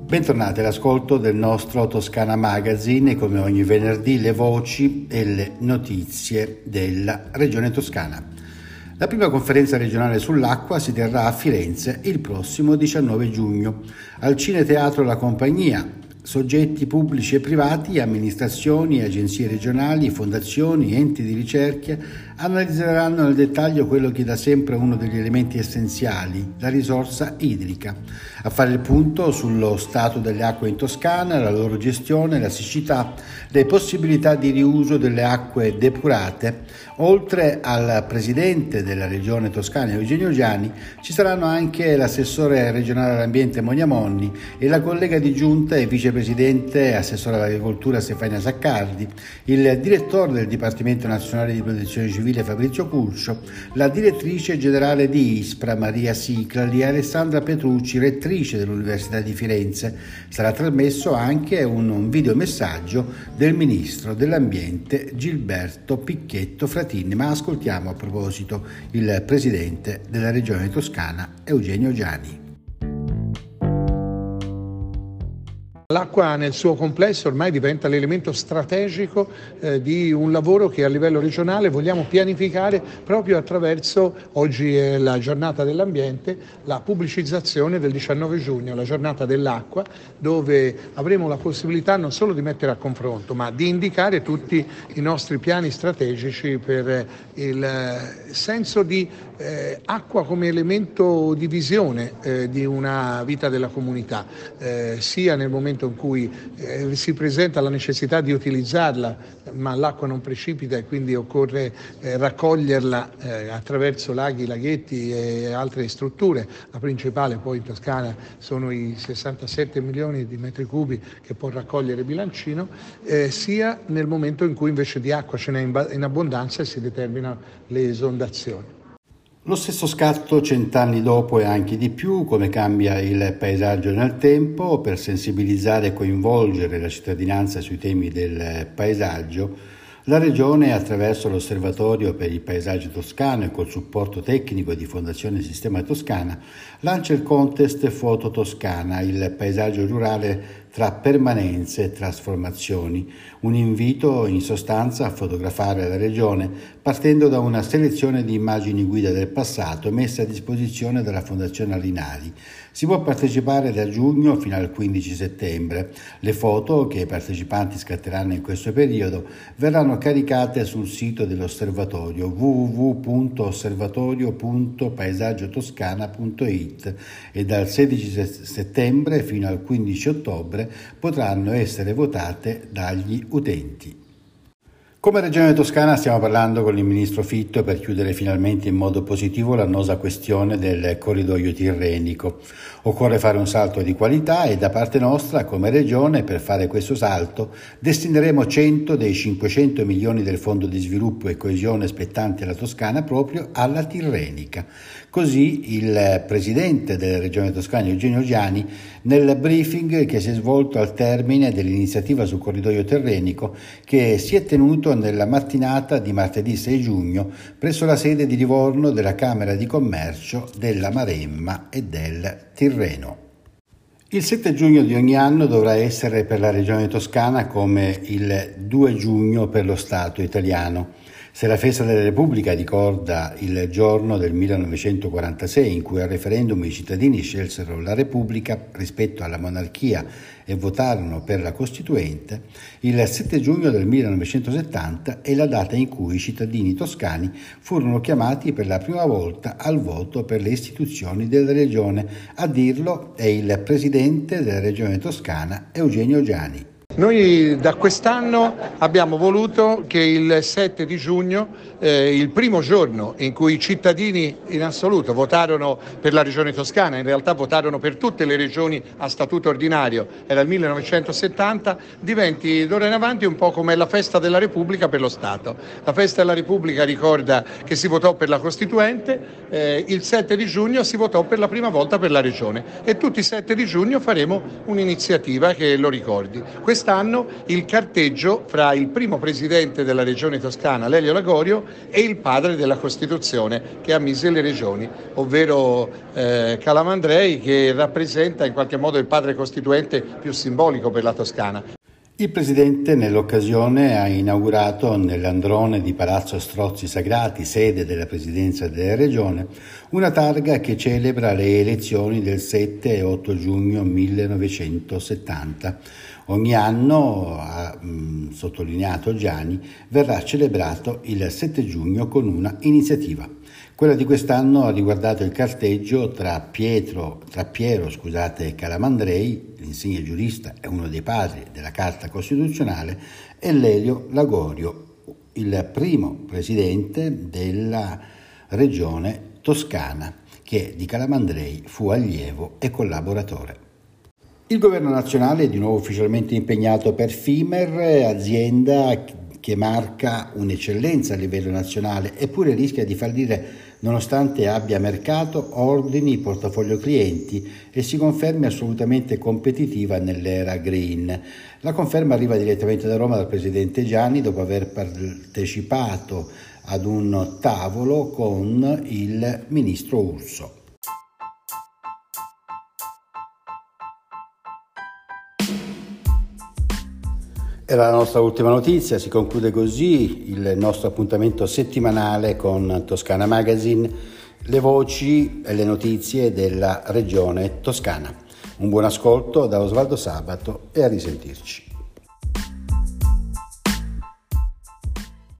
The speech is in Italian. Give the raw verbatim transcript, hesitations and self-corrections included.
Bentornati all'ascolto del nostro Toscana Magazine e come ogni venerdì le voci e le notizie della Regione Toscana. La prima conferenza regionale sull'acqua si terrà a Firenze il prossimo diciannove giugno. Al Cineteatro La Compagnia, soggetti pubblici e privati, amministrazioni, agenzie regionali, fondazioni, enti di ricerca analizzeranno nel dettaglio quello che da sempre è uno degli elementi essenziali, la risorsa idrica. A fare il punto sullo stato delle acque in Toscana, la loro gestione, la siccità, le possibilità di riuso delle acque depurate. Oltre al presidente della regione toscana Eugenio Giani ci saranno anche l'assessore regionale all'ambiente Monia Monni e la collega di giunta e vicepresidente assessore all'agricoltura Stefania Saccardi, il direttore del Dipartimento Nazionale di Protezione Civile Fabrizio Curcio, la direttrice generale di ISPRA Maria Siclali e Alessandra Petrucci, rettrice dell'Università di Firenze. Sarà trasmesso anche un, un videomessaggio del ministro dell'ambiente Gilberto Picchetto Frattini. Ma ascoltiamo a proposito il presidente della regione toscana Eugenio Giani. L'acqua nel suo complesso ormai diventa l'elemento strategico eh, di un lavoro che a livello regionale vogliamo pianificare proprio attraverso, oggi è la giornata dell'ambiente, la pubblicizzazione del diciannove giugno, la giornata dell'acqua, dove avremo la possibilità non solo di mettere a confronto ma di indicare tutti i nostri piani strategici per il senso di eh, acqua come elemento di visione eh, di una vita della comunità, eh, sia nel momento in cui eh, si presenta la necessità di utilizzarla, ma l'acqua non precipita e quindi occorre eh, raccoglierla eh, attraverso laghi, laghetti e altre strutture. La principale poi in Toscana sono i sessantasette milioni di metri cubi che può raccogliere Bilancino, eh, sia nel momento in cui invece di acqua ce n'è in, in abbondanza e si determinano le esondazioni. Lo stesso scatto cent'anni dopo e anche di più, come cambia il paesaggio nel tempo, per sensibilizzare e coinvolgere la cittadinanza sui temi del paesaggio, la Regione, attraverso l'Osservatorio per il paesaggio toscano e col supporto tecnico di Fondazione Sistema Toscana, lancia il contest Foto Toscana, il paesaggio rurale tra permanenze e trasformazioni, un invito in sostanza a fotografare la regione partendo da una selezione di immagini guida del passato messe a disposizione dalla Fondazione Alinari. Si può partecipare da giugno fino al quindici settembre. Le foto che i partecipanti scatteranno in questo periodo verranno caricate sul sito dell'osservatorio w w w punto osservatorio punto paesaggiotoscana punto i t e dal sedici settembre fino al quindici ottobre potranno essere votate dagli utenti. Come Regione Toscana stiamo parlando con il Ministro Fitto per chiudere finalmente in modo positivo l'annosa questione del corridoio tirrenico. Occorre fare un salto di qualità e da parte nostra, come Regione, per fare questo salto destineremo cento dei cinquecento milioni del Fondo di Sviluppo e Coesione spettanti alla Toscana proprio alla Tirrenica. Così il Presidente della Regione Toscana, Eugenio Giani, nel briefing che si è svolto al termine dell'iniziativa sul corridoio tirrenico che si è tenuto nella mattinata di martedì sei giugno presso la sede di Livorno della Camera di Commercio della Maremma e del Tirreno. Il sette giugno di ogni anno dovrà essere per la Regione Toscana come il due giugno per lo Stato italiano. Se la festa della Repubblica ricorda il giorno del millenovecentoquarantasei in cui al referendum i cittadini scelsero la Repubblica rispetto alla monarchia e votarono per la Costituente, il sette giugno del millenovecentosettanta è la data in cui i cittadini toscani furono chiamati per la prima volta al voto per le istituzioni della Regione. A dirlo è il presidente della Regione Toscana, Eugenio Giani. Noi da quest'anno abbiamo voluto che il sette di giugno, eh, il primo giorno in cui i cittadini in assoluto votarono per la Regione Toscana, in realtà votarono per tutte le regioni a statuto ordinario, era il millenovecentosettanta, diventi d'ora in avanti un po' come la festa della Repubblica per lo Stato. La festa della Repubblica ricorda che si votò per la Costituente, eh, il sette di giugno si votò per la prima volta per la Regione e tutti i sette di giugno faremo un'iniziativa che lo ricordi. Questa quest'anno il carteggio fra il primo presidente della regione toscana, Lelio Lagorio, e il padre della Costituzione che ha mise le regioni, ovvero eh, Calamandrei, che rappresenta in qualche modo il padre costituente più simbolico per la Toscana. Il Presidente nell'occasione ha inaugurato nell'androne di Palazzo Strozzi Sagrati, sede della Presidenza della Regione, una targa che celebra le elezioni del sette e otto giugno millenovecentosettanta. Ogni anno, ha mh, sottolineato Giani, verrà celebrato il sette giugno con una iniziativa. Quella di quest'anno ha riguardato il carteggio tra, Pietro, tra Piero scusate, Calamandrei, l'insigne giurista e uno dei padri della Carta Costituzionale, e Lelio Lagorio, il primo presidente della regione toscana, che di Calamandrei fu allievo e collaboratore. Il governo nazionale è di nuovo ufficialmente impegnato per FIMER, azienda che marca un'eccellenza a livello nazionale, eppure rischia di fallire nonostante abbia mercato, ordini, portafoglio clienti e si confermi assolutamente competitiva nell'era green. La conferma arriva direttamente da Roma dal presidente Gianni dopo aver partecipato ad un tavolo con il ministro Urso. Era la nostra ultima notizia, si conclude così il nostro appuntamento settimanale con Toscana Magazine, le voci e le notizie della regione toscana. Un buon ascolto da Osvaldo Sabato e a risentirci.